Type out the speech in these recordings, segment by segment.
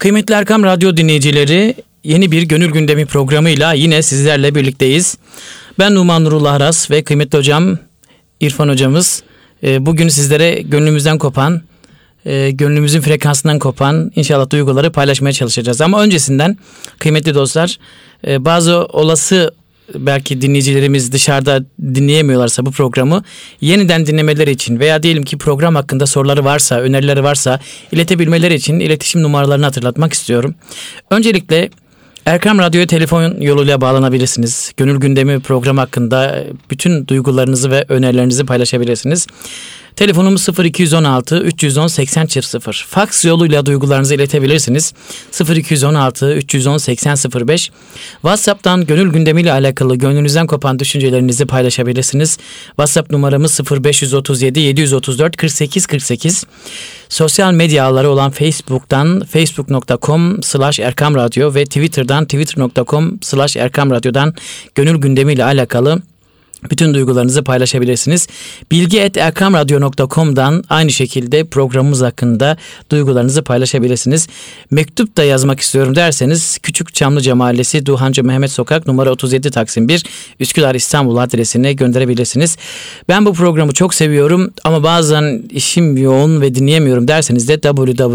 Kıymetli Erkam Radyo dinleyicileri, yeni bir Gönül Gündemi programıyla yine sizlerle birlikteyiz. Ben Numan Nurullah Aras ve kıymetli hocam İrfan hocamız bugün sizlere gönlümüzden kopan, gönlümüzün frekansından kopan inşallah duyguları paylaşmaya çalışacağız. Ama öncesinden kıymetli dostlar, bazı olası belki dinleyicilerimiz dışarıda dinleyemiyorlarsa bu programı yeniden dinlemeleri için veya diyelim ki program hakkında soruları varsa, önerileri varsa iletebilmeleri için iletişim numaralarını hatırlatmak istiyorum. Öncelikle Erkam Radyo'ya telefon yoluyla bağlanabilirsiniz. Gönül Gündemi programı hakkında bütün duygularınızı ve önerilerinizi paylaşabilirsiniz. Telefonumuz 0216 310 8000. Faks yoluyla duygularınızı iletebilirsiniz. 0216 310 8005. WhatsApp'tan Gönül Gündemi ile alakalı gönlünüzden kopan düşüncelerinizi paylaşabilirsiniz. WhatsApp numaramız 0537 734 48 48. Sosyal medya ağları olan Facebook'tan facebook.com/erkamradyo ve Twitter'dan twitter.com/erkamradyo'dan Gönül Gündemi ile alakalı bütün duygularınızı paylaşabilirsiniz. bilgi@erkamradyo.com'dan aynı şekilde programımız hakkında duygularınızı paylaşabilirsiniz. Mektup da yazmak istiyorum derseniz Küçük Çamlıca Mahallesi, Duhancı Mehmet Sokak, numara 37 Taksim 1, Üsküdar İstanbul adresine gönderebilirsiniz. Ben bu programı çok seviyorum ama bazen işim yoğun ve dinleyemiyorum derseniz de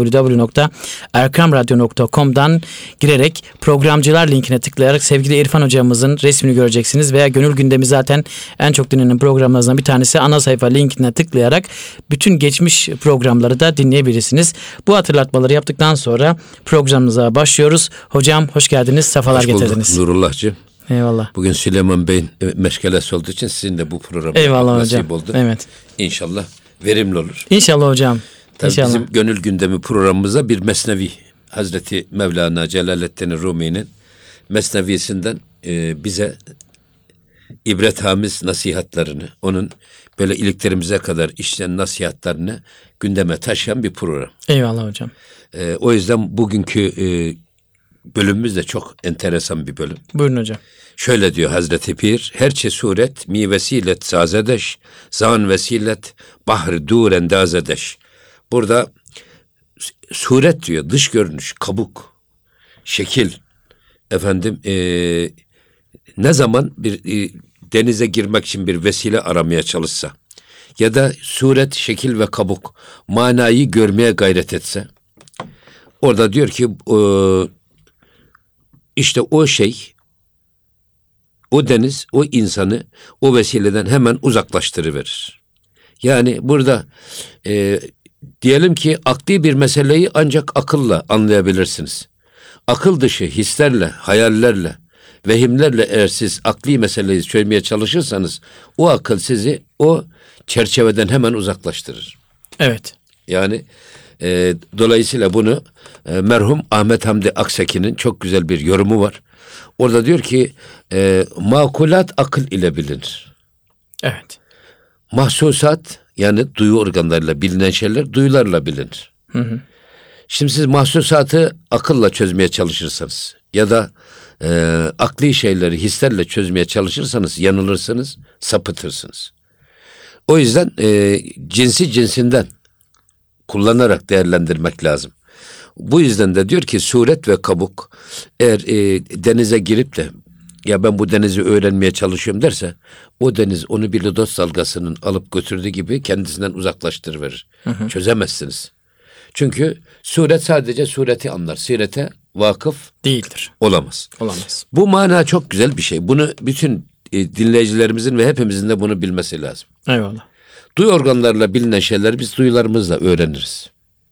www.erkamradyo.com'dan girerek programcılar linkine tıklayarak sevgili İrfan hocamızın resmini göreceksiniz veya Gönül Gündemi zaten en çok dinlenen programlarımızdan bir tanesi. Ana sayfa linkine tıklayarak bütün geçmiş programları da dinleyebilirsiniz. Bu hatırlatmaları yaptıktan sonra programımıza başlıyoruz. Hocam hoş geldiniz, sefalar getirdiniz. Nurullah'cığım. Eyvallah. Bugün Süleyman Bey'in meşgalesi olduğu için sizin de bu programa nasip oldu. Evet. İnşallah verimli olur. İnşallah hocam. Tabii İnşallah. bizim Gönül Gündemi programımıza bir Mesnevi, Hazreti Mevlana Celaleddin Rumi'nin Mesnevisinden bize ibret-hamiz nasihatlarını, onun böyle iliklerimize kadar işleyen nasihatlarını gündeme taşıyan bir program. Eyvallah hocam. O yüzden bugünkü bölümümüz de çok enteresan bir bölüm. Buyurun hocam. Şöyle diyor Hazreti Pir: herçe suret mi vesilet sazedeş, zan vesilet bahr duren dazedeş. Burada suret diyor, dış görünüş, kabuk, şekil, ne zaman bir denize girmek için bir vesile aramaya çalışsa ya da suret, şekil ve kabuk manayı görmeye gayret etse, orada diyor ki işte o şey, o deniz, o insanı o vesileden hemen uzaklaştırıverir. Yani burada diyelim ki akli bir meseleyi ancak akılla anlayabilirsiniz. Akıl dışı hislerle, hayallerle, vehimlerle eğer siz akli meseleyi çözmeye çalışırsanız o akıl sizi o çerçeveden hemen uzaklaştırır. Evet. Yani dolayısıyla bunu merhum Ahmet Hamdi Akseki'nin çok güzel bir yorumu var. Orada diyor ki makulat akıl ile bilinir. Evet. Mahsusat, yani duyu organlarıyla bilinen şeyler duyularla bilinir. Hı hı. Şimdi siz mahsusatı akılla çözmeye çalışırsanız ya da akli şeyleri hislerle çözmeye çalışırsanız yanılırsınız, sapıtırsınız. O yüzden cinsi cinsinden kullanarak değerlendirmek lazım. Bu yüzden de diyor ki suret ve kabuk eğer denize girip de ya ben bu denizi öğrenmeye çalışıyorum derse o deniz onu bir lodos dalgasının alıp götürdüğü gibi kendisinden uzaklaştırıverir. Hı hı. Çözemezsiniz. Çünkü suret sadece sureti anlar. Sirete vakıf değildir. Olamaz. Olamaz. Bu mana çok güzel bir şey. Bunu bütün dinleyicilerimizin ve hepimizin de bunu bilmesi lazım. Eyvallah. Duyu organlarıyla bilinen şeyleri biz duyularımızla öğreniriz.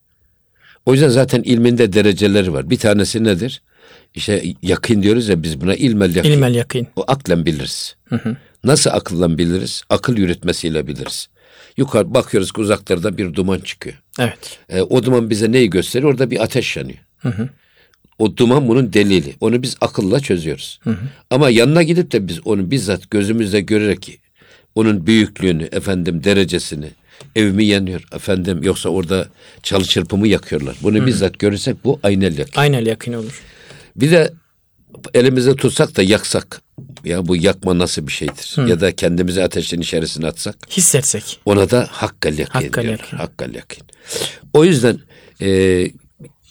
O yüzden zaten ilminde dereceleri var. Bir tanesi nedir? İşte yakın diyoruz ya biz buna, ilmel yakın. İlmel yakın. O aklen biliriz. Hı hı. Nasıl akıllan biliriz? Akıl yürütmesiyle biliriz. Yukarı bakıyoruz ki uzaklarda bir duman çıkıyor. Evet. O duman bize neyi gösteriyor? Orada bir ateş yanıyor. Hı hı. O duman bunun delili. Onu biz akılla çözüyoruz. Hı hı. Ama yanına gidip de biz onu bizzat gözümüzle görerek onun büyüklüğünü, derecesini, evimi yanıyor yoksa orada çalı çırpımı yakıyorlar. Bunu bizzat görürsek bu aynel yakın. Aynel yakın olur. Bir de elimizde tutsak da yaksak. Ya bu yakma nasıl bir şeydir? Ya da kendimizi ateşin içerisine atsak. Hissetsek. Ona da hakkal yakın diyorlar. Yakın. Hakkal yakın. O yüzden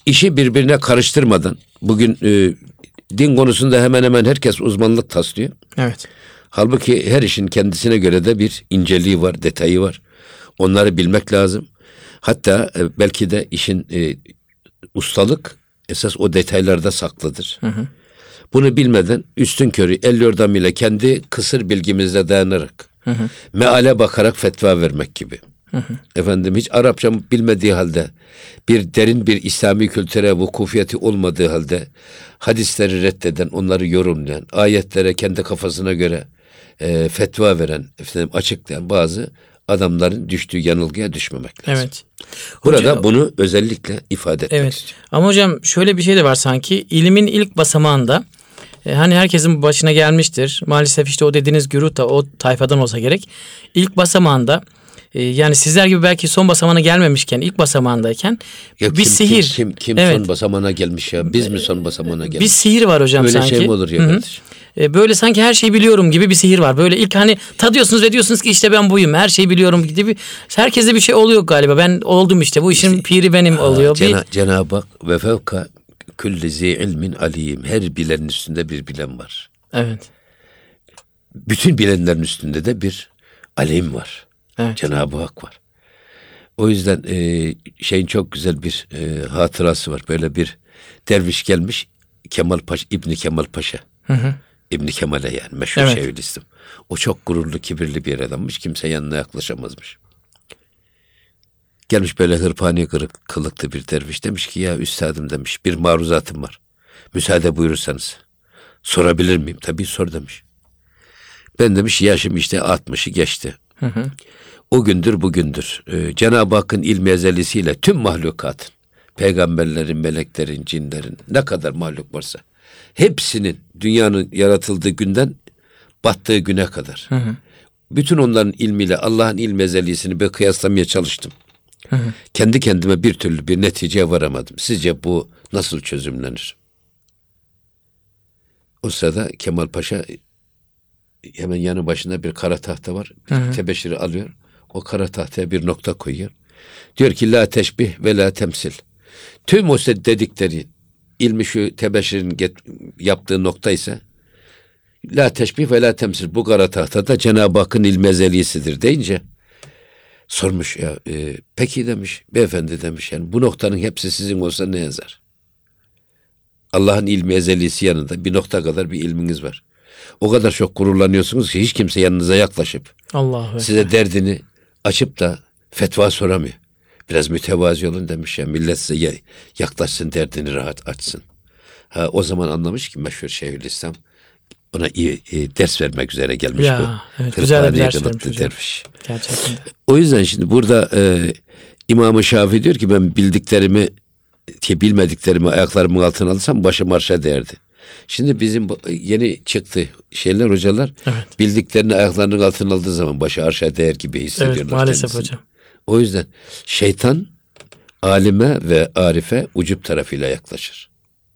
işi birbirine karıştırmadan, bugün din konusunda hemen hemen herkes uzmanlık taslıyor. Evet. Halbuki her işin kendisine göre de bir inceliği var, detayı var. Onları bilmek lazım. Hatta belki de işin ustalık esas o detaylarda saklıdır. Hı hı. Bunu bilmeden üstünkörü el yordamıyla kendi kısır bilgimizle dayanarak, meale bakarak fetva vermek gibi. Efendim hiç Arapça bilmediği halde, bir derin bir İslami kültüre vukufiyeti olmadığı halde hadisleri reddeden, onları yorumlayan, ayetlere kendi kafasına göre fetva veren, açıklayan bazı adamların düştüğü yanılgıya düşmemek lazım. Evet. Burada Hocam, bunu özellikle ifade etmek evet. istiyorum. Ama hocam şöyle bir şey de var sanki. İlimin ilk basamağında hani herkesin başına gelmiştir. Maalesef işte o dediğiniz güruh da o tayfadan olsa gerek. İlk basamağında yani sizler gibi belki son basamağına gelmemişken ilk basamağındayken Ya bir sihir. Kim Evet. son basamağına gelmiş ya? Biz mi son basamağına gelmiş? Bir sihir var hocam Öyle sanki. şey mi olur ya Hı hı. kardeşim? Böyle sanki her şeyi biliyorum gibi bir sihir var. Böyle ilk hani tadıyorsunuz ve diyorsunuz ki işte ben buyum. Her şeyi biliyorum gibi. Herkeste bir şey oluyor galiba. Ben oldum işte. Bu işin piri benim oluyor. Cenab-ı Hak ve fevka külli zi ilmin alim. Her bilenin üstünde bir bilen var. Evet. Bütün bilenlerin üstünde de bir alim var. Evet. Cenab-ı Hak var. O yüzden şeyin çok güzel bir hatırası var. Böyle bir derviş gelmiş İbni Kemal Paşa. Hı hı. İbni Kemal'e yani meşhur Evet. Şeyhülislam. O çok gururlu, kibirli bir adammış. Kimse yanına yaklaşamazmış. Gelmiş böyle hırpani kılıklı bir derviş, demiş ki ya üstadım demiş, bir maruzatım var. Müsaade buyurursanız sorabilir miyim? Tabii sor demiş. Ben demiş yaşım işte 60'ı geçti. Hı hı. O gündür bugündür Cenab-ı Hakk'ın ilmi ezelisiyle tüm mahlukatın, peygamberlerin, meleklerin, cinlerin, ne kadar mahluk varsa hepsinin dünyanın yaratıldığı günden battığı güne kadar. Bütün onların ilmiyle Allah'ın ilmi ezelisini bir kıyaslamaya çalıştım. Kendi kendime bir türlü bir neticeye varamadım. Sizce bu nasıl çözümlenir? O sırada Kemal Paşa hemen yanı başında bir kara tahta var. Tebeşiri alıyor. O kara tahtaya bir nokta koyuyor. Diyor ki la teşbih ve la temsil. Tüm o dedikleri ilmi şu tebeşirin yaptığı nokta ise la teşbih ve la temsil. Bu kara tahtada Cenab-ı Hakk'ın ilmi ezelisidir deyince sormuş ya peki demiş beyefendi demiş yani bu noktanın hepsi sizin olsa ne yazar? Allah'ın ilmi ezelisi yanında bir nokta kadar bir ilminiz var. O kadar çok gururlanıyorsunuz ki hiç kimse yanınıza yaklaşıp size derdini açıp da fetva soramıyor. Biraz mütevazi olun demiş ya, millet size yaklaşsın, derdini rahat açsın. O zaman anlamış ki meşhur Şeyhülislam ona iyi ders vermek üzere gelmiş ya, bu. Evet, güzel bir ders vermiş derviş. Gerçekten de. O yüzden şimdi burada İmam-ı Şafii diyor ki ben bilmediklerimi ayaklarımın altına alırsam başım arşa değerdi. Şimdi bizim yeni çıktı şeyler hocalar bildiklerini ayaklarının altına aldığı zaman başı arşa değer gibi hissediyorlar. Evet maalesef kendisini. hocam. O yüzden şeytan alime ve arife ucup tarafıyla yaklaşır.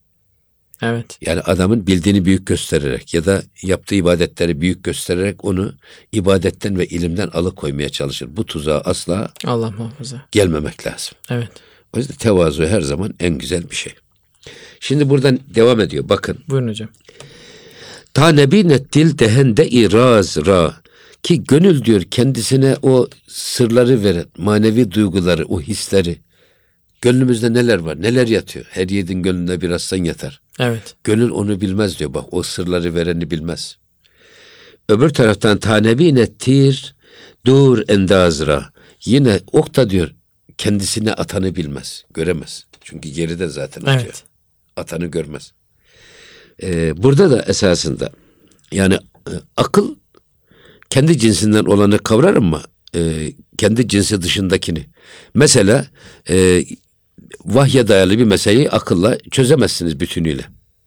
Evet. Yani adamın bildiğini büyük göstererek ya da yaptığı ibadetleri büyük göstererek onu ibadetten ve ilimden alıkoymaya çalışır. Bu tuzağa asla Allah muhafaza. gelmemek lazım. Evet. O yüzden tevazu her zaman en güzel bir şey. Şimdi buradan devam ediyor. Bakın. Buyurun hocam. Ta nebinet dil dehende iraz ra ki gönül diyor kendisine o sırları veren manevi duyguları, o hisleri. Gönlümüzde neler var, neler yatıyor. Her yiğidin gönlünde bir aslan yatar. Evet. Gönül onu bilmez diyor. Bak o sırları vereni bilmez. Öbür taraftan tanebi nettir dur endazra. Yine okta diyor kendisine atanı bilmez, göremez. Çünkü geride zaten atıyor. Evet. Atanı görmez. Burada da esasında yani akıl kendi cinsinden olanı kavrar ama kendi cinsi dışındakini. Mesela vahye dayalı bir meseleyi akılla çözemezsiniz bütünüyle.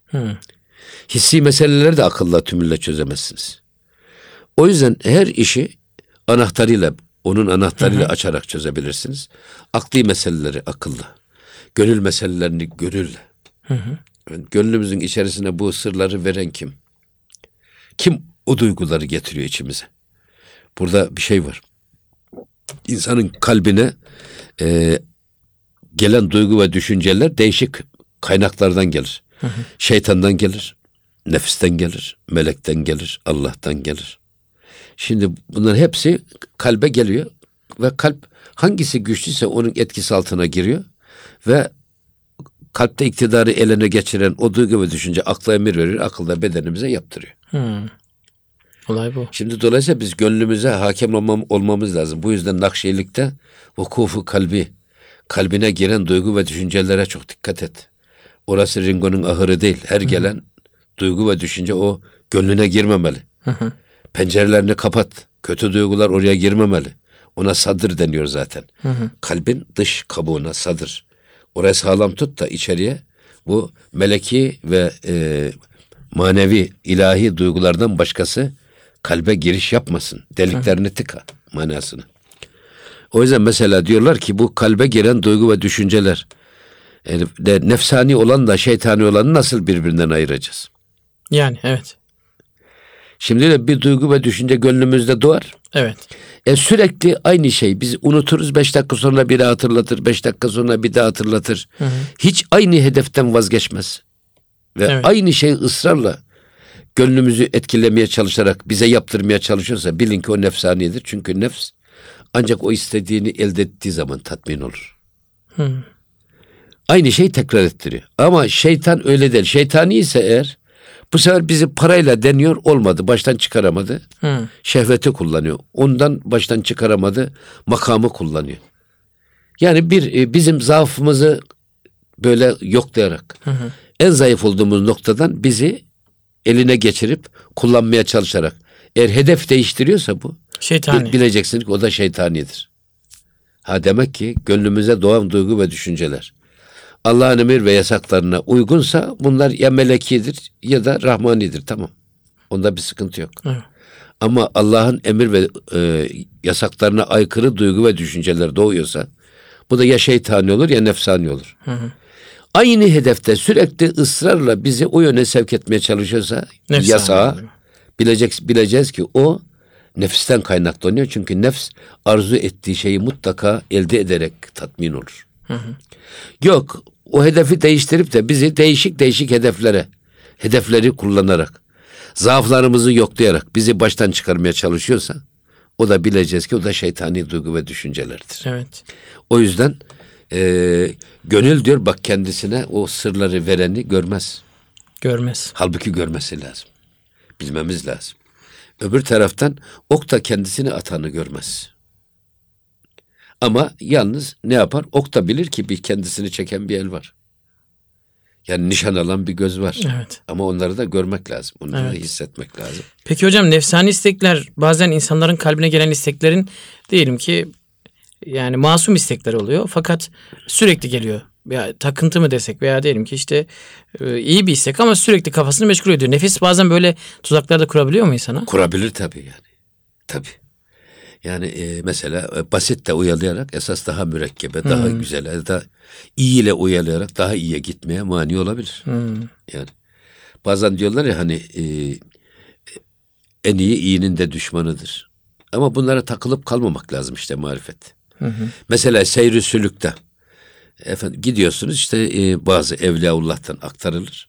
Hissi meseleleri de akılla tümüyle çözemezsiniz. O yüzden her işi anahtarıyla, onun anahtarıyla açarak çözebilirsiniz. Akli meseleleri akılla, gönül meselelerini gönülle. Yani gönlümüzün içerisine bu sırları veren kim? Kim o duyguları getiriyor içimize? Burada bir şey var. İnsanın kalbine gelen duygu ve düşünceler değişik kaynaklardan gelir. Şeytandan gelir, nefisten gelir, melekten gelir, Allah'tan gelir. Şimdi bunların hepsi kalbe geliyor ve kalp hangisi güçlüyse onun etkisi altına giriyor ve kalpte iktidarı eline geçiren o duygu ve düşünce akla emir veriyor, akıl da bedenimize yaptırıyor. Olay bu. Şimdi dolayısıyla biz gönlümüze hakim olmamız lazım. Bu yüzden Nakşilik'te vukufu kalbine giren duygu ve düşüncelere çok dikkat et. Orası Ringo'nun ahırı değil. Her gelen duygu ve düşünce o gönlüne girmemeli. Pencerelerini kapat. Kötü duygular oraya girmemeli. Ona sadır deniyor zaten. Kalbin dış kabuğuna sadır. Orayı sağlam tut da içeriye bu meleki ve manevi, ilahi duygulardan başkası kalbe giriş yapmasın. Deliklerini tıka manasını. O yüzden mesela diyorlar ki bu kalbe giren duygu ve düşünceler de nefsani olan da şeytani olanı nasıl birbirinden ayıracağız? Yani evet. Şimdi de bir duygu ve düşünce gönlümüzde doğar. Evet. Sürekli aynı şey. Biz unuturuz, 5 dakika sonra biri hatırlatır, 5 dakika sonra bir daha hatırlatır. Hiç aynı hedeften vazgeçmez. Ve aynı şeyi ısrarla gönlümüzü etkilemeye çalışarak bize yaptırmaya çalışıyorsa bilin ki o nefsaniyedir. Çünkü nefs ancak o istediğini elde ettiği zaman tatmin olur. Aynı şeyi tekrar ettiriyor. Ama şeytan öyle değil. Şeytani ise eğer bu sefer bizi parayla deniyor, olmadı. Baştan çıkaramadı. Şehveti kullanıyor. Ondan baştan çıkaramadı. Makamı kullanıyor. Yani bizim zaafımızı böyle yoklayarak en zayıf olduğumuz noktadan bizi eline geçirip kullanmaya çalışarak. Eğer hedef değiştiriyorsa bu şeytani. Bileceksin ki o da şeytanidir. Demek ki gönlümüze doğan duygu ve düşünceler Allah'ın emir ve yasaklarına uygunsa bunlar ya melekidir ya da rahmanidir. Tamam. Onda bir sıkıntı yok. Evet. Ama Allah'ın emir ve yasaklarına aykırı duygu ve düşünceler doğuyorsa bu da ya şeytani olur ya nefsani olur. Aynı hedefte sürekli ısrarla bizi o yöne sevk etmeye çalışıyorsa nefsani yasağa bileceğiz ki o nefisten kaynaklanıyor. Çünkü nefs arzu ettiği şeyi mutlaka elde ederek tatmin olur. Yok, o hedefi değiştirip de bizi değişik hedefleri kullanarak, zaaflarımızı yoklayarak bizi baştan çıkarmaya çalışıyorsa o da bileceğiz ki o da şeytani duygu ve düşüncelerdir. Evet. O yüzden gönül diyor bak kendisine o sırları vereni görmez. Görmez. Halbuki görmesi lazım. Bilmemiz lazım. Öbür taraftan ok da kendisini atanı görmez. Ama yalnız ne yapar? Ok da bilir ki bir kendisini çeken bir el var. Yani nişan alan bir göz var. Evet. Ama onları da görmek lazım. Onları da hissetmek lazım. Peki hocam nefsani istekler bazen insanların kalbine gelen isteklerin diyelim ki yani masum istekler oluyor. Fakat sürekli geliyor. Ya takıntı mı desek veya diyelim ki işte iyi bir istek ama sürekli kafasını meşgul ediyor. Nefis bazen böyle tuzaklar da kurabiliyor mu insana? Kurabilir tabii yani. Tabii. Yani mesela basit de uyalayarak esas daha mürekkebe, daha güzel, daha iyiyle uyalayarak daha iyiye gitmeye mani olabilir. Yani bazen diyorlar ya hani en iyi iyinin de düşmanıdır. Ama bunlara takılıp kalmamak lazım işte marifet. Mesela seyr-i sülükte gidiyorsunuz işte bazı Evliyaullah'tan aktarılır.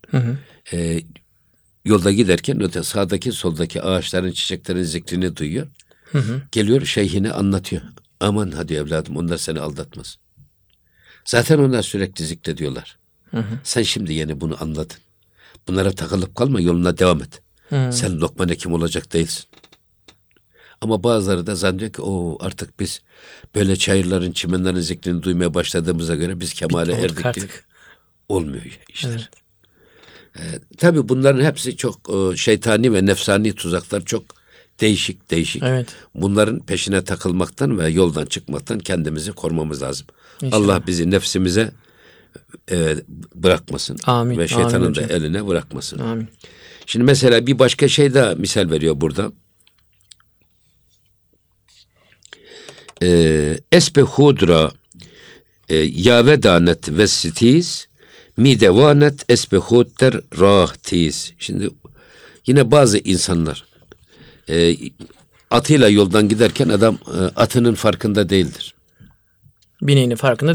Yolda giderken sağdaki soldaki ağaçların çiçeklerin zikrini duyuyor. Geliyor şeyhine anlatıyor. Aman hadi evladım onlar seni aldatmaz. Zaten onlar sürekli zikrediyorlar. Sen şimdi yeni bunu anladın. Bunlara takılıp kalma yoluna devam et. Sen Lokman Hekim olacak değilsin. Ama bazıları da zannediyor ki artık biz böyle çayırların çimenlerin zikrini duymaya başladığımıza göre biz kemale erdik artık. Olmuyor işler. Evet. Tabii bunların hepsi çok şeytani ve nefsani tuzaklar çok değişik. Evet. Bunların peşine takılmaktan ve yoldan çıkmaktan kendimizi korumamız lazım. İnşallah. Allah bizi nefsimize bırakmasın. Amin. Ve şeytanın da eline bırakmasın. Amin. Şimdi mesela bir başka şey daha misal veriyor burada. Esbehudra yavedanet ve sitiz midevanet esbehudder rahtiz. Şimdi yine bazı insanlar atıyla yoldan giderken adam atının farkında değildir. Bineğinin farkında değil.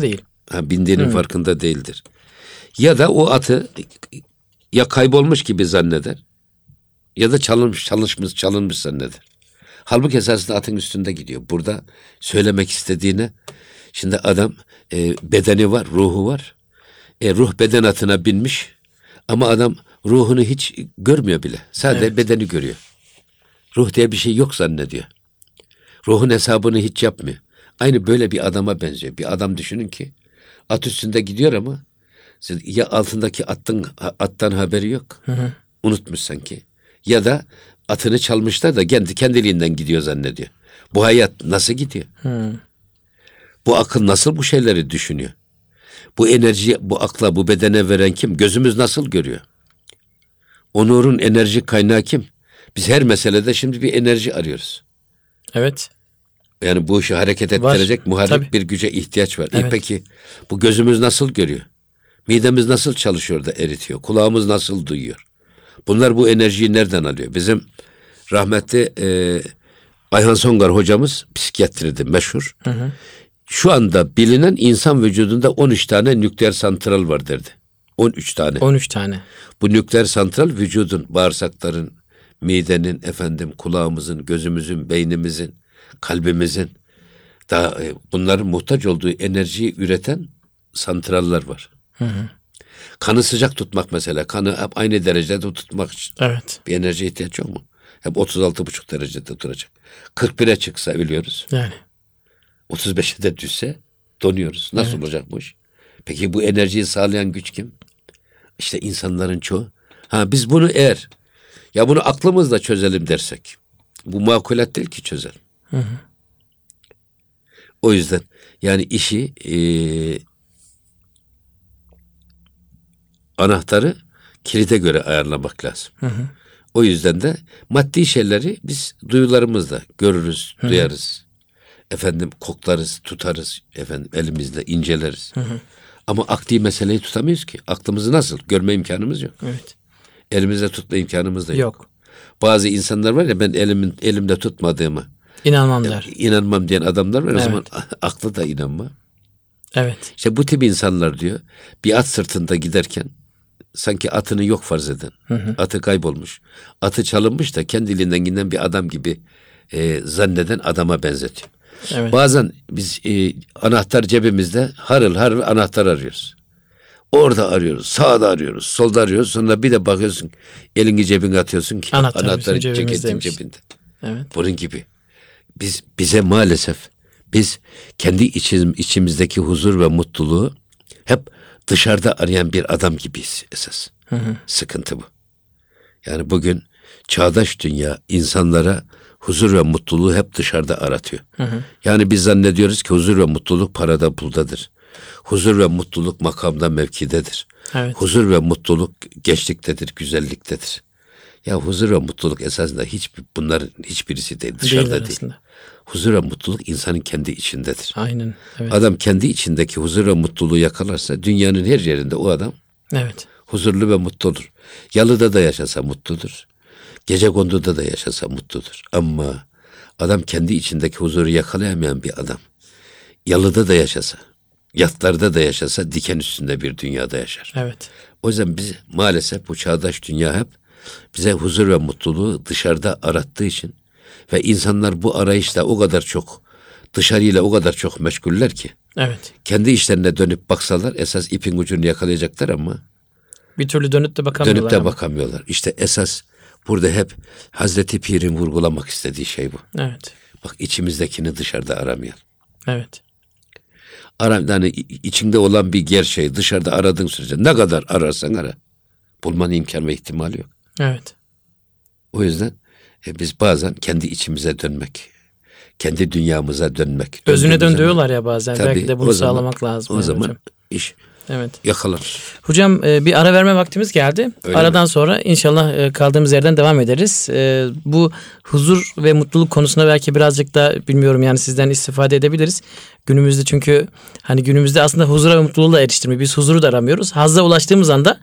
Bindiğinin farkında değildir. Ya da o atı ya kaybolmuş gibi zanneder ya da çalınmış zanneder. Halbuki esasında atın üstünde gidiyor. Burada söylemek istediğine, şimdi adam bedeni var, ruhu var. Ruh beden atına binmiş ama adam ruhunu hiç görmüyor bile. Sadece bedeni görüyor. Ruh diye bir şey yok zannediyor. Ruhun hesabını hiç yapmıyor. Aynı böyle bir adama benziyor. Bir adam düşünün ki at üstünde gidiyor ama ya altındaki attan haberi yok. Unutmuş sanki. Ya da atını çalmışlar da kendiliğinden gidiyor zannediyor. Bu hayat nasıl gidiyor? Bu akıl nasıl bu şeyleri düşünüyor? Bu enerjiyi bu akla, bu bedene veren kim? Gözümüz nasıl görüyor? O nurun enerji kaynağı kim? Biz her meselede şimdi bir enerji arıyoruz. Evet. Yani bu işi hareket ettirecek muharrik bir güce ihtiyaç var. Evet. Peki bu gözümüz nasıl görüyor? Midemiz nasıl çalışıyor da eritiyor? Kulağımız nasıl duyuyor? Bunlar bu enerjiyi nereden alıyor? Bizim rahmetli Ayhan Songar hocamız psikiyatride meşhur. Şu anda bilinen insan vücudunda 13 tane nükleer santral var derdi. 13 tane. 13 tane. Bu nükleer santral vücudun, bağırsakların, midenin, kulağımızın, gözümüzün, beynimizin, kalbimizin, daha bunların muhtaç olduğu enerjiyi üreten santraller var. Kanı sıcak tutmak mesela. Kanı hep aynı derecede tutmak için. Evet. Bir enerji ihtiyaç yok mu? Hep 36,5 derecede duracak. 41'e çıksa ölüyoruz. Yani. 35'e de düşse donuyoruz. Nasıl olacak bu iş? Peki bu enerjiyi sağlayan güç kim? İşte insanların çoğu. Biz bunu bunu aklımızla çözelim dersek. Bu makulat değil ki çözelim. O yüzden yani işi anahtarı kilide göre ayarlamak lazım. O yüzden de maddi şeyleri biz duyularımızla görürüz, duyarız. Koklarız, tutarız. Elimizle inceleriz. Ama akli meseleyi tutamıyoruz ki. Aklımızı nasıl? Görme imkanımız yok. Evet. Elimizde tutma imkanımız da yok. Bazı insanlar var ya, ben elimde tutmadığımı İnanmam der. İnanmam diyen adamlar var. O zaman aklı da inanma. Evet. İşte bu tip insanlar diyor, bir at sırtında giderken sanki atını yok farz eden. Atı kaybolmuş. Atı çalınmış da kendiliğinden giden bir adam gibi zanneden adama benzetiyor. Evet. Bazen biz anahtar cebimizde harıl harıl anahtar arıyoruz. Orada arıyoruz, sağda arıyoruz, solda arıyoruz. Sonra bir de bakıyorsun, elini cebine atıyorsun ki anahtarı ceketin cebinde. Evet. Bunun gibi. Bize maalesef biz kendi içimizdeki huzur ve mutluluğu hep dışarıda arayan bir adam gibiyiz esas. Sıkıntı bu. Yani bugün çağdaş dünya insanlara huzur ve mutluluğu hep dışarıda aratıyor. Yani biz zannediyoruz ki huzur ve mutluluk parada puldadır. Huzur ve mutluluk makamda mevkidedir. Evet. Huzur ve mutluluk gençliktedir, güzelliktedir. Ya huzur ve mutluluk esasında bunların hiçbirisi değil, dışarıda değil. Huzur ve mutluluk insanın kendi içindedir. Aynen. Evet. Adam kendi içindeki huzur ve mutluluğu yakalarsa dünyanın her yerinde o adam huzurlu ve mutlu olur. Yalıda da yaşasa mutludur. Gecekonduda da yaşasa mutludur. Ama adam kendi içindeki huzuru yakalayamayan bir adam. Yalıda da yaşasa, yatlarda da yaşasa diken üstünde bir dünyada yaşar. Evet. O yüzden biz maalesef bu çağdaş dünya hep bize huzur ve mutluluğu dışarıda arattığı için ve insanlar bu arayışla o kadar çok dışarıyla o kadar çok meşguller ki kendi işlerine dönüp baksalar esas ipin ucunu yakalayacaklar ama bir türlü dönüp de bakamıyorlar. İşte esas burada hep Hazreti Pir'in vurgulamak istediği şey bu. Evet. Bak, içimizdekini dışarıda aramayalım. Evet. Yani içinde olan bir gerçeği dışarıda aradığın sürece ne kadar ararsan ara, bulmanın imkan ve ihtimali yok. Evet. O yüzden biz bazen kendi içimize dönmek, kendi dünyamıza dönmek. Özüne dön diyorlar ya bazen. Tabii, belki de bunu sağlamak lazım. O zaman hocam. iş Evet. yakalanır. Hocam bir ara verme vaktimiz geldi. Öyle Aradan mi? Sonra inşallah kaldığımız yerden devam ederiz. Bu huzur ve mutluluk konusunda belki birazcık da bilmiyorum yani sizden istifade edebiliriz. Günümüzde çünkü günümüzde aslında huzura ve mutluluğu da eriştirmiyor. Biz huzuru da aramıyoruz. Hazza ulaştığımız anda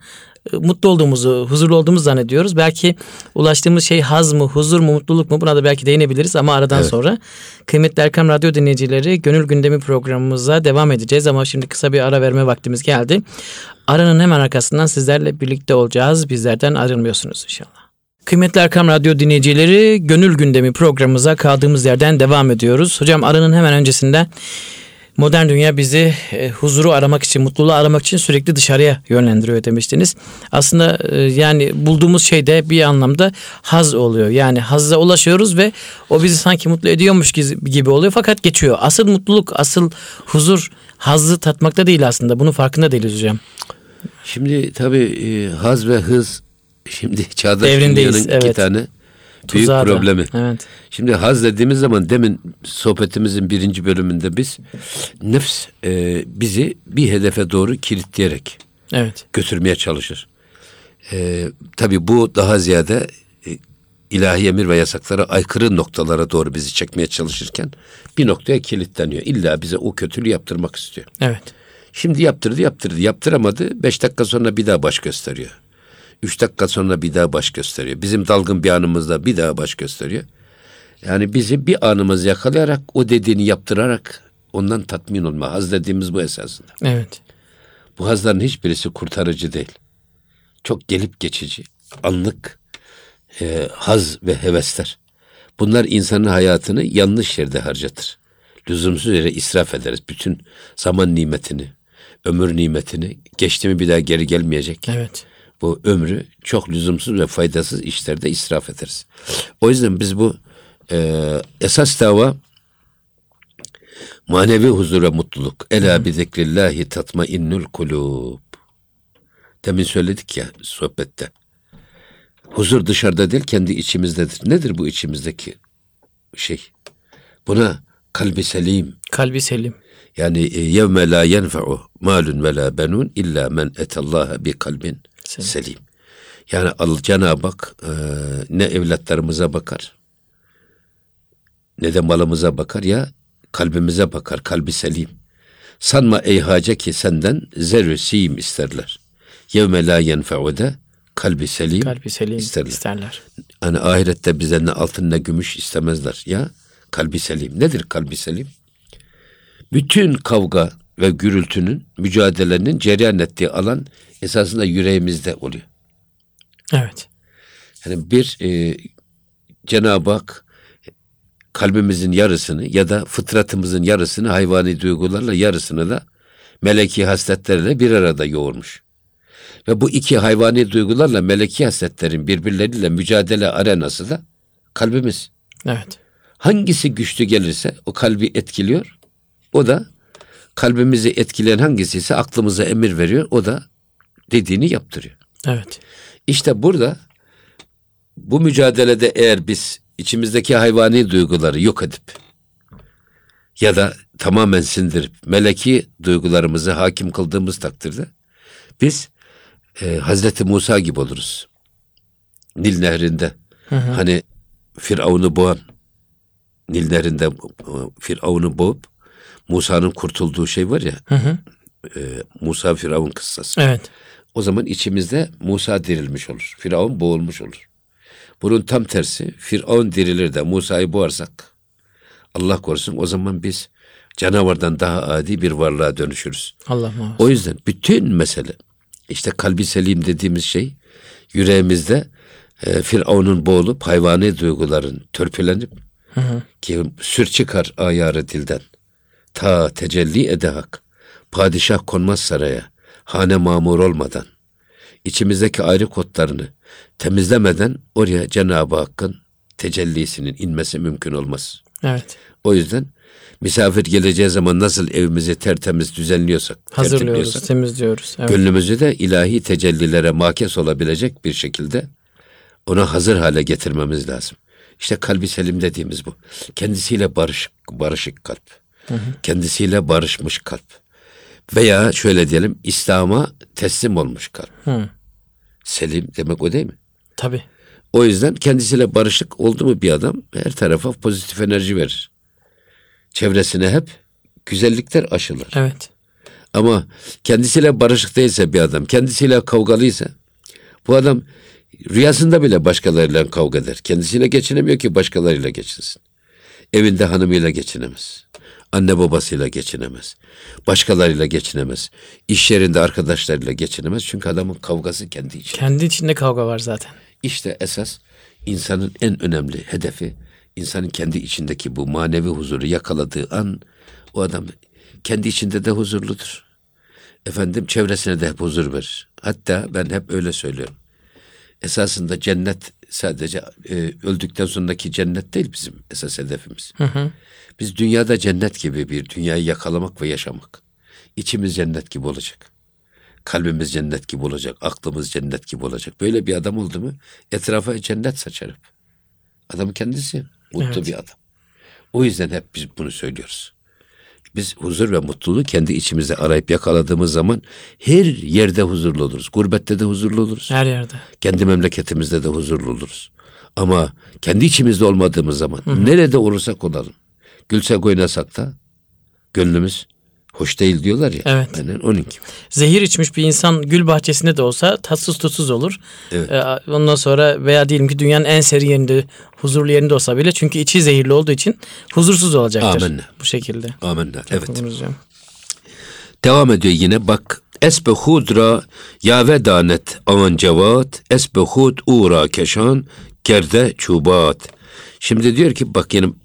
mutlu olduğumuzu, huzurlu olduğumuzu zannediyoruz. Belki ulaştığımız şey haz mı, huzur mu, mutluluk mu, buna da belki değinebiliriz ama aradan sonra. Kıymetli Erkam Radyo dinleyicileri, Gönül Gündemi programımıza devam edeceğiz ama şimdi kısa bir ara verme vaktimiz geldi. Aranın hemen arkasından sizlerle birlikte olacağız. Bizlerden ayrılmıyorsunuz inşallah. Kıymetli Erkam Radyo dinleyicileri, Gönül Gündemi programımıza kaldığımız yerden devam ediyoruz. Hocam aranın hemen öncesinde modern dünya bizi huzuru aramak için, mutluluğu aramak için sürekli dışarıya yönlendiriyor demiştiniz. Aslında yani bulduğumuz şey de bir anlamda haz oluyor. Yani hazza ulaşıyoruz ve o bizi sanki mutlu ediyormuş gibi oluyor fakat geçiyor. Asıl mutluluk, asıl huzur hazzı tatmakta değil aslında. Bunun farkında değiliz hocam. Şimdi tabii haz ve hız şimdi çağdaş dünyanın iki tane büyük problemi. Evet. Şimdi haz dediğimiz zaman demin sohbetimizin 1. bölümünde biz nefs bizi bir hedefe doğru kilitleyerek götürmeye çalışır. Tabii bu daha ziyade ilahi emir ve yasaklara aykırı noktalara doğru bizi çekmeye çalışırken bir noktaya kilitleniyor. İlla bize o kötülüğü yaptırmak istiyor. Evet. Şimdi yaptıramadı. 5 dakika sonra bir daha baş gösteriyor. 3 dakika sonra bir daha baş gösteriyor. Bizim dalgın bir anımızda bir daha baş gösteriyor. Yani bizi bir anımız yakalayarak o dediğini yaptırarak ondan tatmin olma. Haz dediğimiz bu esasında. Evet. Bu hazların hiçbirisi kurtarıcı değil. Çok gelip geçici, anlık haz ve hevesler. Bunlar insanın hayatını yanlış yerde harcatır. Lüzumsuz yere israf ederiz. Bütün zaman nimetini, ömür nimetini, geçti mi bir daha geri gelmeyecek. Evet. Bu ömrü çok lüzumsuz ve faydasız işlerde israf ederiz. O yüzden biz bu esas dava manevi huzur ve mutluluk. Ela bi zikrillahi tatmainnul kulub. Demin söyledik ya sohbette. Huzur dışarıda değil, kendi içimizdedir. Nedir bu içimizdeki şey? Buna kalbi selim. Kalbi selim. Yani yevme la yenfe'u malun ve la benun illa men etallaha bi kalbin selim. Yani Cenab-ı Hak ne evlatlarımıza bakar, ne de malımıza bakar, ya kalbimize bakar, kalbi selim. Sanma ey hace ki senden zerre sim isterler. Yevme la yenfe'u de kalbi selim isterler. Hani ahirette bize ne altın ne gümüş istemezler. Ya kalbi selim. Nedir kalbi selim? Bütün kavga ve gürültünün, mücadelenin cereyan ettiği alan esasında yüreğimizde oluyor. Evet. Yani bir Cenab-ı Hak kalbimizin yarısını ya da fıtratımızın yarısını hayvani duygularla, yarısını da meleki hasletlerle bir arada yoğurmuş. Ve bu iki hayvani duygularla meleki hasletlerin birbirleriyle mücadele arenası da kalbimiz. Evet. Hangisi güçlü gelirse o kalbi etkiliyor. O da kalbimizi etkileyen hangisi ise aklımıza emir veriyor. O da dediğini yaptırıyor. Evet. İşte burada bu mücadelede eğer biz içimizdeki hayvani duyguları yok edip ya da tamamen sindirip meleki duygularımızı hakim kıldığımız takdirde biz Hazreti Musa gibi oluruz. Nil Nehri'nde hani Firavun'u boğan, Nil Nehri'nde Firavun'u boğup Musa'nın kurtulduğu şey var ya, Musa Firavun kıssası. Evet. O zaman içimizde Musa dirilmiş olur. Firavun boğulmuş olur. Bunun tam tersi, Firavun dirilir de Musa'yı boğarsak, Allah korusun, o zaman biz canavardan daha adi bir varlığa dönüşürüz. Allah muhafaza. O yüzden bütün mesele, işte kalbi selim dediğimiz şey, yüreğimizde Firavun'un boğulup hayvani duyguların törpülenip ki sür çıkar ayarı dilden. Ta tecelli ede hak. Padişah konmaz saraya. Hane mamur olmadan. İçimizdeki ayrı kodlarını temizlemeden oraya Cenab-ı Hakk'ın tecellisinin inmesi mümkün olmaz. Evet. O yüzden misafir geleceği zaman nasıl evimizi tertemiz düzenliyorsak, hazırlıyoruz, temizliyoruz. Evet. Gönlümüzü de ilahi tecellilere makes olabilecek bir şekilde ona hazır hale getirmemiz lazım. İşte kalbi selim dediğimiz bu. Kendisiyle barışık kalp. Kendisiyle barışmış kalp. Veya şöyle diyelim, İslam'a teslim olmuş kalp. Selim demek o değil mi? Tabii. O yüzden kendisiyle barışık oldu mu bir adam her tarafa pozitif enerji verir. Çevresine hep güzellikler aşılar. Evet. Ama kendisiyle barışık değilse bir adam, kendisiyle kavgalıysa Bu adam rüyasında bile başkalarıyla kavga eder. Kendisiyle geçinemiyor ki başkalarıyla geçinsin. Evinde hanımıyla geçinemez. Anne babasıyla geçinemez. Başkalarıyla geçinemez. İş yerinde arkadaşlarıyla geçinemez. Çünkü adamın kavgası kendi içinde. Kendi içinde kavga var zaten. İşte esas insanın en önemli hedefi, insanın kendi içindeki bu manevi huzuru yakaladığı an, o adam kendi içinde de huzurludur. Efendim çevresine de hep huzur verir. Hatta ben hep öyle söylüyorum. Esasında cennet sadece öldükten sonraki cennet değil bizim esas hedefimiz. Biz dünyada cennet gibi bir dünyayı yakalamak ve yaşamak. İçimiz cennet gibi olacak. Kalbimiz cennet gibi olacak. Aklımız cennet gibi olacak. Böyle bir adam oldu mu etrafa cennet saçar hep. Adam kendisi mutlu bir adam. O yüzden hep biz bunu söylüyoruz. Biz huzur ve mutluluğu kendi içimizde arayıp yakaladığımız zaman her yerde huzurlu oluruz. Gurbette de huzurlu oluruz. Her yerde. Kendi memleketimizde de huzurlu oluruz. Ama kendi içimizde olmadığımız zaman nerede olursak olalım. Gülsek oynasak da gönlümüz hoş değil diyorlar ya. Evet. Aynen onun gibi. Zehir içmiş bir insan gül bahçesinde de olsa tatsız tutsuz olur. Evet. Ondan sonra veya diyelim ki dünyanın en serin yerinde, huzurlu yerinde olsa bile çünkü içi zehirli olduğu için huzursuz olacaktır. Amenna. Bu şekilde. Amenna. Evet. Hocam. Devam ediyor yine bak. Esbe hudra yave danet avan cevat esbe hud uğra keşan gerde çubat. Şimdi diyor ki bak yine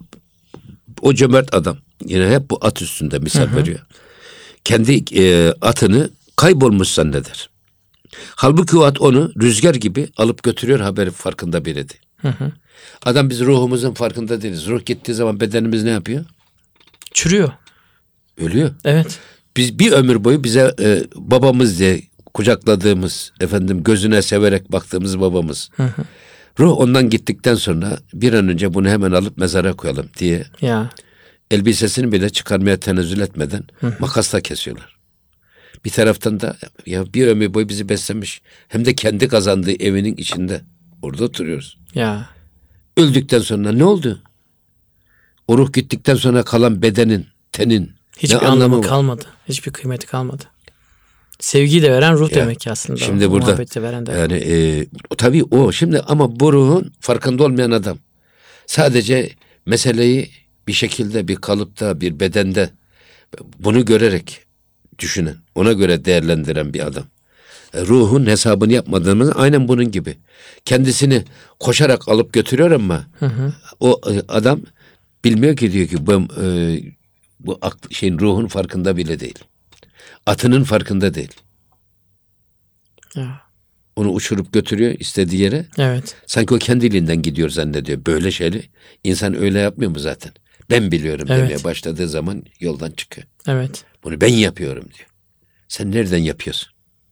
o cömert adam yine hep bu at üstünde misal veriyor. Kendi atını kaybolmuş zanneder. Halbuki o at onu rüzgar gibi alıp götürüyor, haberi farkında biri değil. Adam biz ruhumuzun farkında değiliz. Ruh gittiği zaman bedenimiz ne yapıyor? Çürüyor. Ölüyor. Evet. Biz bir ömür boyu bize babamız diye kucakladığımız, efendim gözüne severek baktığımız babamız. Ruh ondan gittikten sonra bir an önce bunu hemen alıp mezara koyalım diye Ya. elbisesini bile çıkarmaya tenezzül etmeden makasla kesiyorlar. Bir taraftan da ya bir ömür boyu bizi beslemiş, hem de kendi kazandığı evinin içinde orada oturuyoruz. Ya. Öldükten sonra ne oldu? O ruh gittikten sonra kalan bedenin, tenin Hiçbir anlamı kalmadı. Hiçbir kıymeti kalmadı. Sevgiyi de veren ruh demek ki aslında. Şimdi burada veren de. yani tabii o şimdi ama bu ruhun farkında olmayan adam sadece meseleyi bir şekilde bir kalıpta bir bedende bunu görerek düşünen, ona göre değerlendiren bir adam. Ruhun hesabını yapmadığımız aynen bunun gibi. Kendisini koşarak alıp götürüyor ama o adam bilmiyor ki, diyor ki bu ruhun farkında bile değil. Atının farkında değil. Ya. Onu uçurup götürüyor istediği yere. Evet. Sanki o kendiliğinden gidiyor zannediyor. Böyle şeyleri insan öyle yapmıyor mu zaten? Ben biliyorum demeye başladığı zaman yoldan çıkıyor. Evet. Bunu ben yapıyorum diyor. Sen nereden yapıyorsun?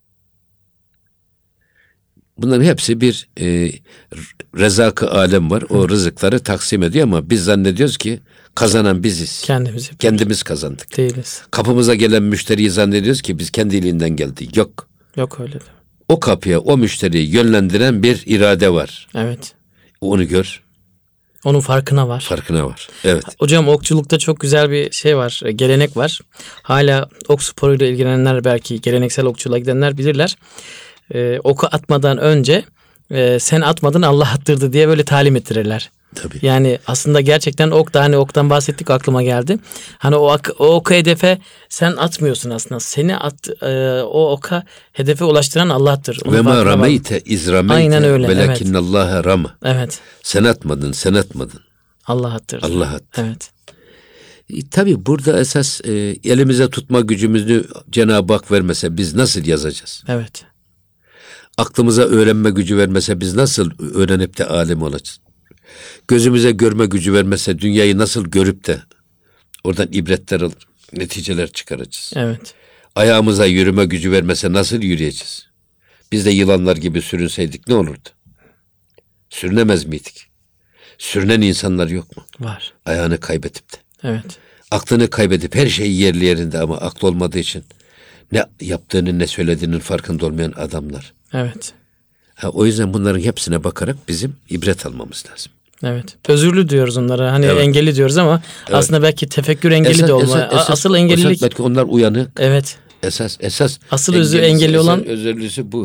Bunların hepsi bir rezak-ı alem var. O rızıkları taksim ediyor ama biz zannediyoruz ki kazanan biziz. Kendimiz kazandık. Değiliz. Kapımıza gelen müşteriyi zannediyoruz ki biz kendiliğinden geldik. Yok. Yok öyle de. O kapıya o müşteriyi yönlendiren bir irade var. Evet. Onu gör. Onun farkına var. Farkına var. Evet. Hocam okçulukta çok güzel bir şey var. Gelenek var. Hala ok sporuyla ilgilenenler, belki geleneksel okçuluğa gidenler bilirler. Oku atmadan önce sen atmadın Allah attırdı diye böyle talim ettirirler. Tabii. Yani aslında gerçekten hani oktan bahsettik, aklıma geldi. Hani o oku hedefe sen atmıyorsun aslında. Seni o oka hedefe ulaştıran Allah'tır. Ve ma rameyte izrameyte. Aynen öyle. Velakinnallaha rama. Evet. Sen atmadın. Allah attırdı. Allah attı. Evet. Tabii burada esas elimize tutma gücümüzü Cenab-ı Hak vermese biz nasıl yazacağız? Evet. Aklımıza öğrenme gücü vermese biz nasıl öğrenip de alim olacağız? Gözümüze görme gücü vermese dünyayı nasıl görüp de oradan ibretler alır, neticeler çıkaracağız? Evet. Ayağımıza yürüme gücü vermese nasıl yürüyeceğiz? Biz de yılanlar gibi sürünseydik ne olurdu? Sürünemez miydik? Sürünen insanlar yok mu? Var. Ayağını kaybedip de. Evet. Aklını kaybedip her şey yerli yerinde ama aklı olmadığı için ne yaptığının ne söylediğinin farkında olmayan adamlar. Evet. O yüzden bunların hepsine bakarak bizim ibret almamız lazım. Evet. Özürlü diyoruz onlara. Hani engelli diyoruz ama aslında belki tefekkür engelli de olma. Asıl engellilik. Belki onlar uyanık. Evet. Esas asıl özü engelli olan. Özürlüsü bu.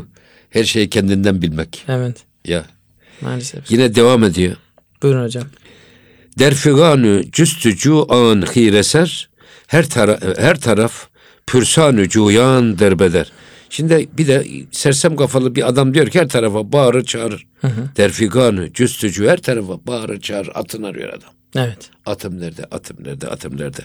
Her şeyi kendinden bilmek. Evet. Ya. Maalesef. Yine devam ediyor. Buyurun hocam. Derfiganü cüstücü an hireser, her taraf pürsanü cuyan derbeder. Şimdi bir de sersem kafalı bir adam diyor ki her tarafa bağırır çağırır. Derfiganü cüstücü, her tarafa bağırır çağırır. Atını arıyor adam. Evet. Atım nerede, atım nerede, atım nerede?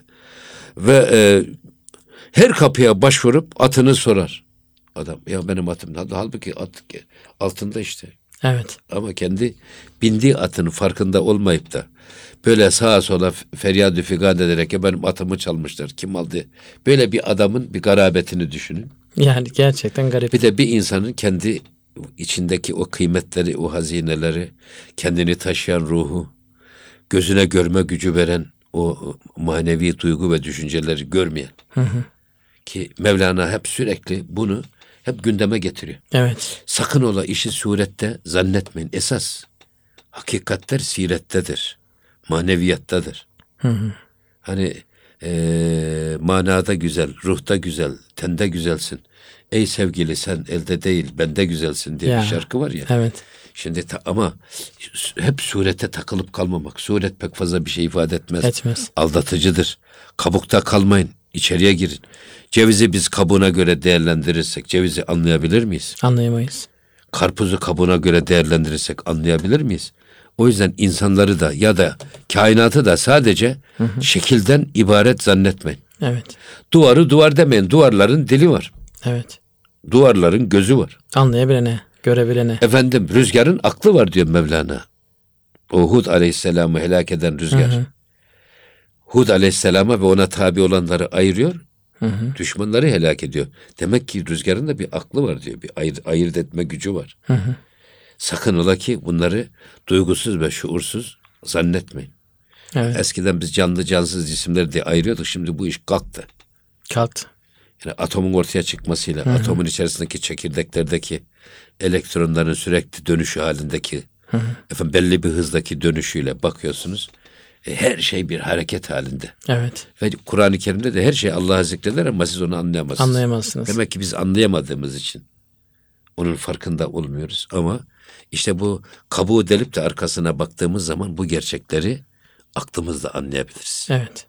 Ve her kapıya başvurup atını sorar. Adam, ya benim atım nerede? Halbuki at altında işte. Evet. Ama kendi bindiği atının farkında olmayıp da böyle sağa sola feryat-ı figan ederek ya benim atımı çalmışlar, kim aldı? Böyle bir adamın bir garabetini düşünün. Yani gerçekten garip. Bir de bir insanın kendi içindeki o kıymetleri, o hazineleri, kendini taşıyan ruhu, gözüne görme gücü veren o manevi duygu ve düşünceleri görmeyen. Ki Mevlana hep sürekli bunu hep gündeme getiriyor. Evet. Sakın ola işi surette zannetmeyin. Esas hakikatler sirettedir. Maneviyattadır. Hani manada güzel, ruhta güzel, tende güzelsin. Ey sevgili sen elde değil, bende güzelsin diye bir şarkı var ya. Evet. Şimdi ama hep surete takılıp kalmamak. Suret pek fazla bir şey ifade etmez. Etmez. Aldatıcıdır. Kabukta kalmayın. İçeriye girin. Cevizi biz kabuğuna göre değerlendirirsek cevizi anlayabilir miyiz? Anlayamayız. Karpuzu kabuğuna göre değerlendirirsek anlayabilir miyiz? O yüzden insanları da ya da kainatı da sadece şekilden ibaret zannetmeyin. Evet. Duvarı duvar demeyin. Duvarların dili var. Evet. Duvarların gözü var. Anlayabilene, görebilene. Efendim rüzgarın aklı var diyor Mevlana. O Hud Aleyhisselam'ı helak eden rüzgar. Hud Aleyhisselam'a ve ona tabi olanları ayırıyor. Düşmanları helak ediyor. Demek ki rüzgarın da bir aklı var diyor. Bir ayırt etme gücü var. Sakın ola ki bunları duygusuz ve şuursuz zannetmeyin. Evet. Eskiden biz canlı cansız cisimleri diye ayırıyorduk. Şimdi bu iş kalktı. Kalktı. Yani atomun ortaya çıkmasıyla, atomun içerisindeki çekirdeklerdeki elektronların sürekli dönüşü halindeki, belli bir hızdaki dönüşüyle bakıyorsunuz. Her şey bir hareket halinde. Evet. Ve Kur'an-ı Kerim'de de her şey Allah'ı zikreder ama siz onu anlayamazsınız. Anlayamazsınız. Demek ki biz anlayamadığımız için onun farkında olmuyoruz. Ama işte bu kabuğu delip de arkasına baktığımız zaman bu gerçekleri aklımızla anlayabiliriz. Evet.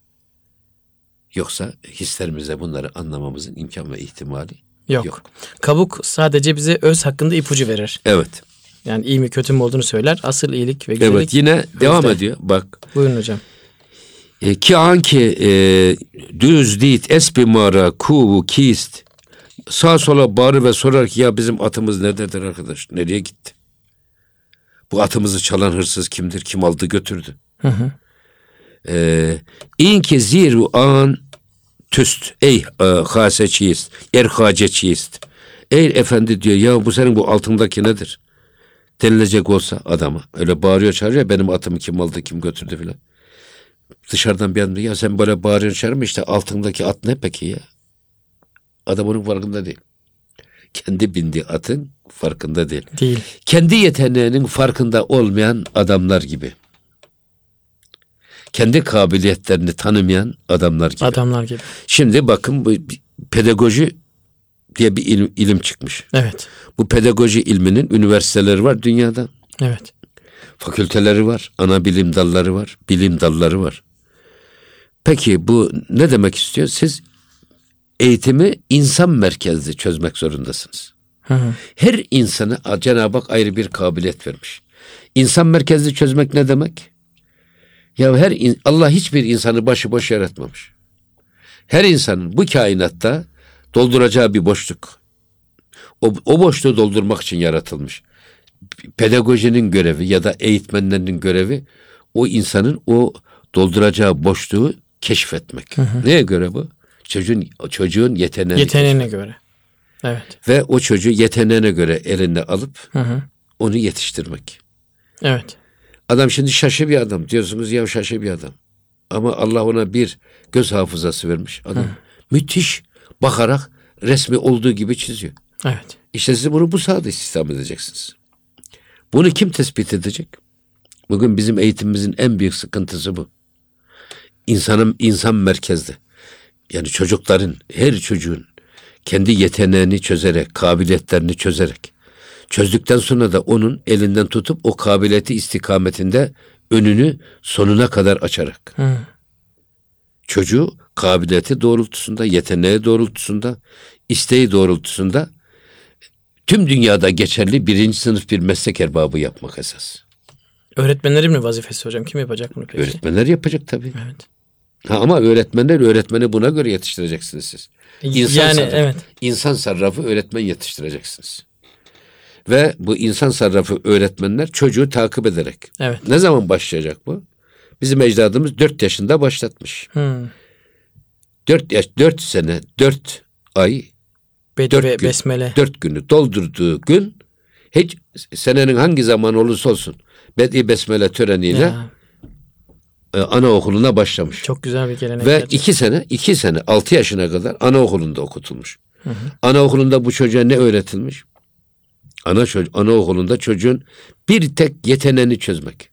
Yoksa hislerimize bunları anlamamızın imkan ve ihtimali yok. Kabuk sadece bize öz hakkında ipucu verir. Evet. Yani iyi mi kötü mü olduğunu söyler. Asıl iyilik ve güzellik. Evet, yine devam ediyor. Bak. Buyurun hocam. Ki anki düz dit esbimara kuvu kist. Sağa sola bağırır ve sorar ki ya bizim atımız nerededir arkadaş? Nereye gitti? Bu atımızı çalan hırsız kimdir? Kim aldı götürdü? İnki ziru an tüst. Ey hase çiist. Erhace çiist. Ey efendi diyor ya bu senin bu altındaki nedir? Denilecek olsa adama. Öyle bağırıyor çağırıyor benim atımı kim aldı kim götürdü filan. Dışarıdan bir adam diyor ya sen böyle bağırıyorsun çağırma işte altındaki at ne peki ya? Adam onun farkında değil. Kendi bindiği atın farkında değil. Değil. Kendi yeteneğinin farkında olmayan adamlar gibi. Kendi kabiliyetlerini tanımayan adamlar gibi. Adamlar gibi. Şimdi bakın bu pedagoji diye bir ilim çıkmış. Evet. Bu pedagoji ilminin üniversiteleri var dünyada. Evet. Fakülteleri var, ana bilim dalları var, bilim dalları var. Peki bu ne demek istiyor? Siz eğitimi insan merkezli çözmek zorundasınız. Her insana Cenab-ı Hak ayrı bir kabiliyet vermiş. İnsan merkezli çözmek ne demek? Ya Allah hiçbir insanı başıboş yaratmamış. Her insanın bu kainatta dolduracağı bir boşluk. O boşluğu doldurmak için yaratılmış. Pedagojinin görevi ya da eğitmenlerinin görevi o insanın o dolduracağı boşluğu keşfetmek. Neye göre bu? Çocuğun yeteneğine göre. Evet. Ve o çocuğu yeteneğine göre eline alıp onu yetiştirmek. Evet. Adam şimdi şaşı bir adam. Diyorsunuz ya şaşı bir adam. Ama Allah ona bir göz hafızası vermiş. Adam müthiş bakarak resmi olduğu gibi çiziyor. Evet. İşte siz bunu bu sahada istihdam edeceksiniz. Bunu kim tespit edecek? Bugün bizim eğitimimizin en büyük sıkıntısı bu. İnsan merkezli. Yani çocukların, her çocuğun kendi yeteneğini çözerek, kabiliyetlerini çözerek, Çözdükten sonra da onun elinden tutup o kabiliyeti istikametinde önünü sonuna kadar açarak. Çocuğu kabiliyeti doğrultusunda, yeteneği doğrultusunda, isteği doğrultusunda tüm dünyada geçerli 1. sınıf bir meslek erbabı yapmak esas. Öğretmenlerin mi vazifesi hocam? Kim yapacak bunu peki? Öğretmenler yapacak tabii. Evet. Ama öğretmeni buna göre yetiştireceksiniz siz. İnsan sarrafı öğretmen yetiştireceksiniz. Ve bu insan sarrafı öğretmenler çocuğu takip ederek. Evet. Ne zaman başlayacak bu? Bizim ecdadımız 4 yaşında başlatmış. 4 sene, 4 ay, 4 gün, besmele. 4 günü doldurduğu gün hiç senenin hangi zaman olursa olsun Bedi Besmele töreniyle anaokuluna başlamış. Çok güzel bir gelenek. Ve 2 sene 6 yaşına kadar anaokulunda okutulmuş. Anaokulunda bu çocuğa ne öğretilmiş? Anaokulunda çocuğun bir tek yeteneğini çözmek.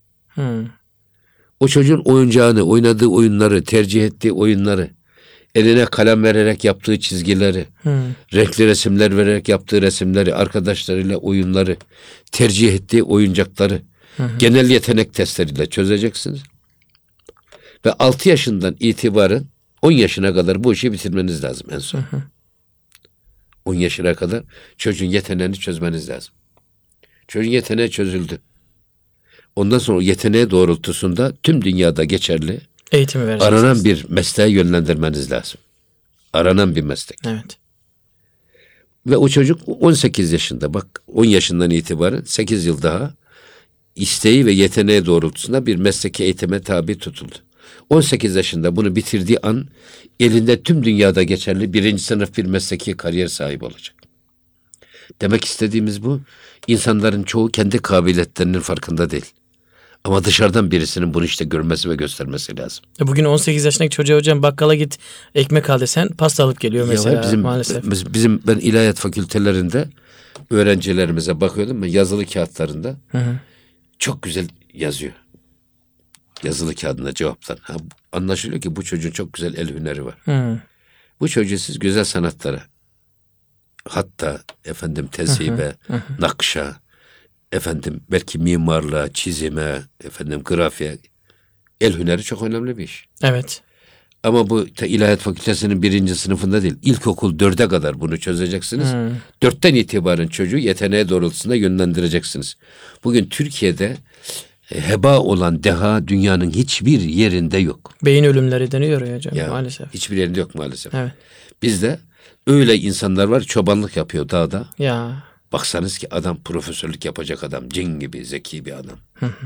O çocuğun oyuncağını, oynadığı oyunları, tercih ettiği oyunları, eline kalem vererek yaptığı çizgileri, renkli resimler vererek yaptığı resimleri, arkadaşlarıyla oyunları, tercih ettiği oyuncakları, genel yetenek testleriyle çözeceksiniz. Ve 6 yaşından itibaren 10 yaşına kadar bu işi bitirmeniz lazım en son. 10 yaşına kadar çocuğun yeteneğini çözmeniz lazım. Çocuğun yeteneği çözüldü. Ondan sonra o yeteneği doğrultusunda tüm dünyada geçerli eğitimi vereceksiniz. Aranan bir mesleğe yönlendirmeniz lazım. Aranan bir meslek. Evet. Ve o çocuk 18 yaşında, bak 10 yaşından itibaren 8 yıl daha isteği ve yeteneği doğrultusunda bir mesleki eğitime tabi tutuldu. 18 yaşında bunu bitirdiği an elinde tüm dünyada geçerli 1. sınıf bir mesleki kariyer sahibi olacak. Demek istediğimiz bu. İnsanların çoğu kendi kabiliyetlerinin farkında değil. Ama dışarıdan birisinin bunu işte görmesi ve göstermesi lazım. Bugün 18 yaşındaki çocuğa hocam bakkala git ekmek al desen pasta alıp geliyor mesela maalesef. Ben ilahiyat fakültelerinde öğrencilerimize bakıyordum. Ben yazılı kağıtlarında çok güzel yazıyor. Yazılı kağıdına cevaplar. Anlaşılıyor ki bu çocuğun çok güzel el hüneri var. Bu çocuğu siz güzel sanatlara, hatta tezibe, nakşa, belki mimarlığa, çizime, grafiğe, el hüneri çok önemli bir iş. Evet. Ama bu ilahiyat fakültesinin 1. sınıfında değil, ilkokul 4'e kadar bunu çözeceksiniz. 4'ten itibaren çocuğu yeteneğe doğrultusunda yönlendireceksiniz. Bugün Türkiye'de heba olan deha dünyanın hiçbir yerinde yok. Beyin ölümleri deniyor hocam maalesef. Hiçbir yerinde yok maalesef. Evet. Bizde öyle insanlar var, çobanlık yapıyor dağda. Ya. Baksanız ki adam profesörlük yapacak adam, cin gibi zeki bir adam.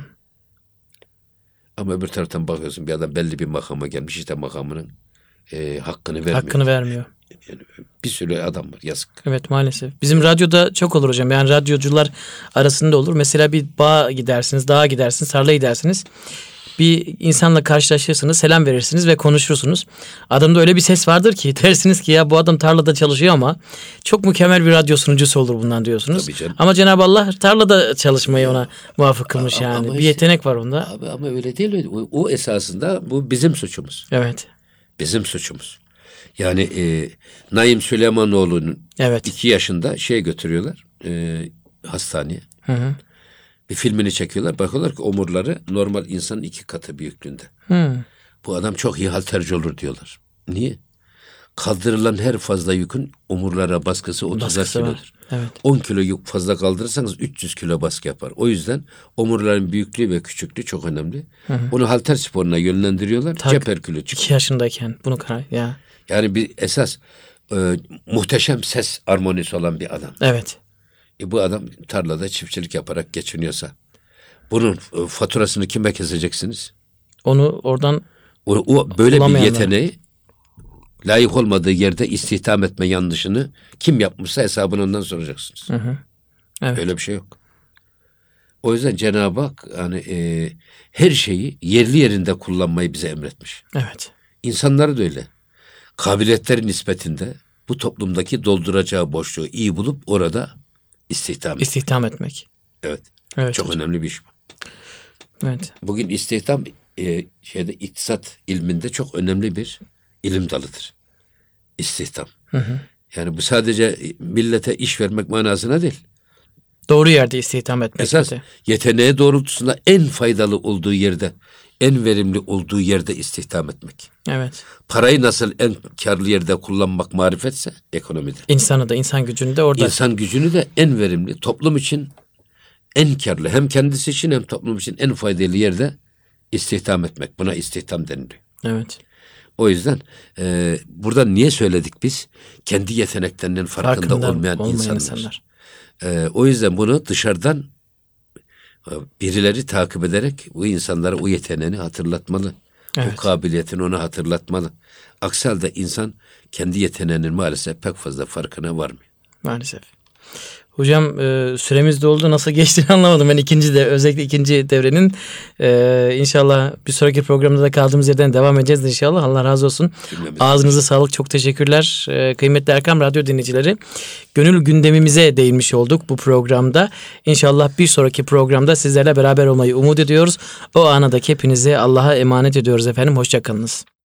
Ama öbür taraftan bakıyorsun bir adam belli bir makama gelmiş, işte makamının hakkını vermiyor. Yani bir sürü adam var, yazık. Evet maalesef. Bizim radyoda çok olur hocam. Yani radyocular arasında olur. Mesela bir dağa gidersiniz, tarlaya gidersiniz. Bir insanla karşılaşırsınız, selam verirsiniz ve konuşursunuz. Adamda öyle bir ses vardır ki dersiniz ki ya bu adam tarlada çalışıyor ama çok mükemmel bir radyo sunucusu olur bundan diyorsunuz. Ama Cenab-ı Allah tarlada çalışmayı ona muvaffak kılmış yani. Bir yetenek var onda. Ama öyle değil. O esasında bu bizim suçumuz. Evet. Bizim suçumuz. Yani Naim Süleymanoğlu'nun 2 yaşında götürüyorlar hastaneye. Bir filmini çekiyorlar. Bakıyorlar ki omurları normal insanın 2 katı büyüklüğünde. Bu adam çok iyi halterci olur diyorlar. Niye? Kaldırılan her fazla yükün omurlara baskısı 30 kilodur. Evet. 10 kilo yük fazla kaldırırsanız 300 kilo baskı yapar. O yüzden omurların büyüklüğü ve küçüklüğü çok önemli. Onu halter sporuna yönlendiriyorlar. Cep Herkülü çıkıyor. 2 yaşındayken bunu ya. Yani bir esas muhteşem ses armonisi olan bir adam. Evet. Bu adam tarlada çiftçilik yaparak geçiniyorsa bunun faturasını kime keseceksiniz? Onu oradan o böyle bir yeteneği layık olmadığı yerde istihdam etme yanlışını kim yapmışsa hesabını ondan soracaksınız. Evet. Öyle bir şey yok. O yüzden Cenab-ı Hak her şeyi yerli yerinde kullanmayı bize emretmiş. Evet. İnsanları da öyle. Kabiliyetleri nispetinde bu toplumdaki dolduracağı boşluğu iyi bulup orada İstihdam etmek. Evet. Çok hocam. önemli bir iş bu. Evet. Bugün istihdam iktisat ilminde çok önemli bir ilim dalıdır. İstihdam. Yani bu sadece millete iş vermek manasına değil. Doğru yerde istihdam etmek. Esas yeteneği doğrultusunda en faydalı olduğu yerde, en verimli olduğu yerde istihdam etmek. Evet. Parayı nasıl en karlı yerde kullanmak marifetse ekonomide. İnsanı da, insan gücünü de orada. İnsan gücünü de en verimli, toplum için en karlı, hem kendisi için hem toplum için en faydalı yerde istihdam etmek. Buna istihdam deniliyor. Evet. O yüzden burada niye söyledik biz? Kendi yeteneklerinin farkında olmayan insanlar. O yüzden bunu dışarıdan birileri takip ederek bu insanlara o yeteneğini hatırlatmalı. Evet. O kabiliyetini ona hatırlatmalı. Aksi halde insan kendi yeteneğinin maalesef pek fazla farkına varmıyor. Maalesef. Hocam süremiz doldu. Nasıl geçtiğini anlamadım. Ben özellikle ikinci devrenin inşallah bir sonraki programda da kaldığımız yerden devam edeceğiz inşallah. Allah razı olsun. Ağzınıza sağlık. Çok teşekkürler. Kıymetli Erkam Radyo dinleyicileri. Gönül gündemimize değinmiş olduk bu programda. İnşallah bir sonraki programda sizlerle beraber olmayı umut ediyoruz. O anadaki hepinizi Allah'a emanet ediyoruz efendim. Hoşça kalınız.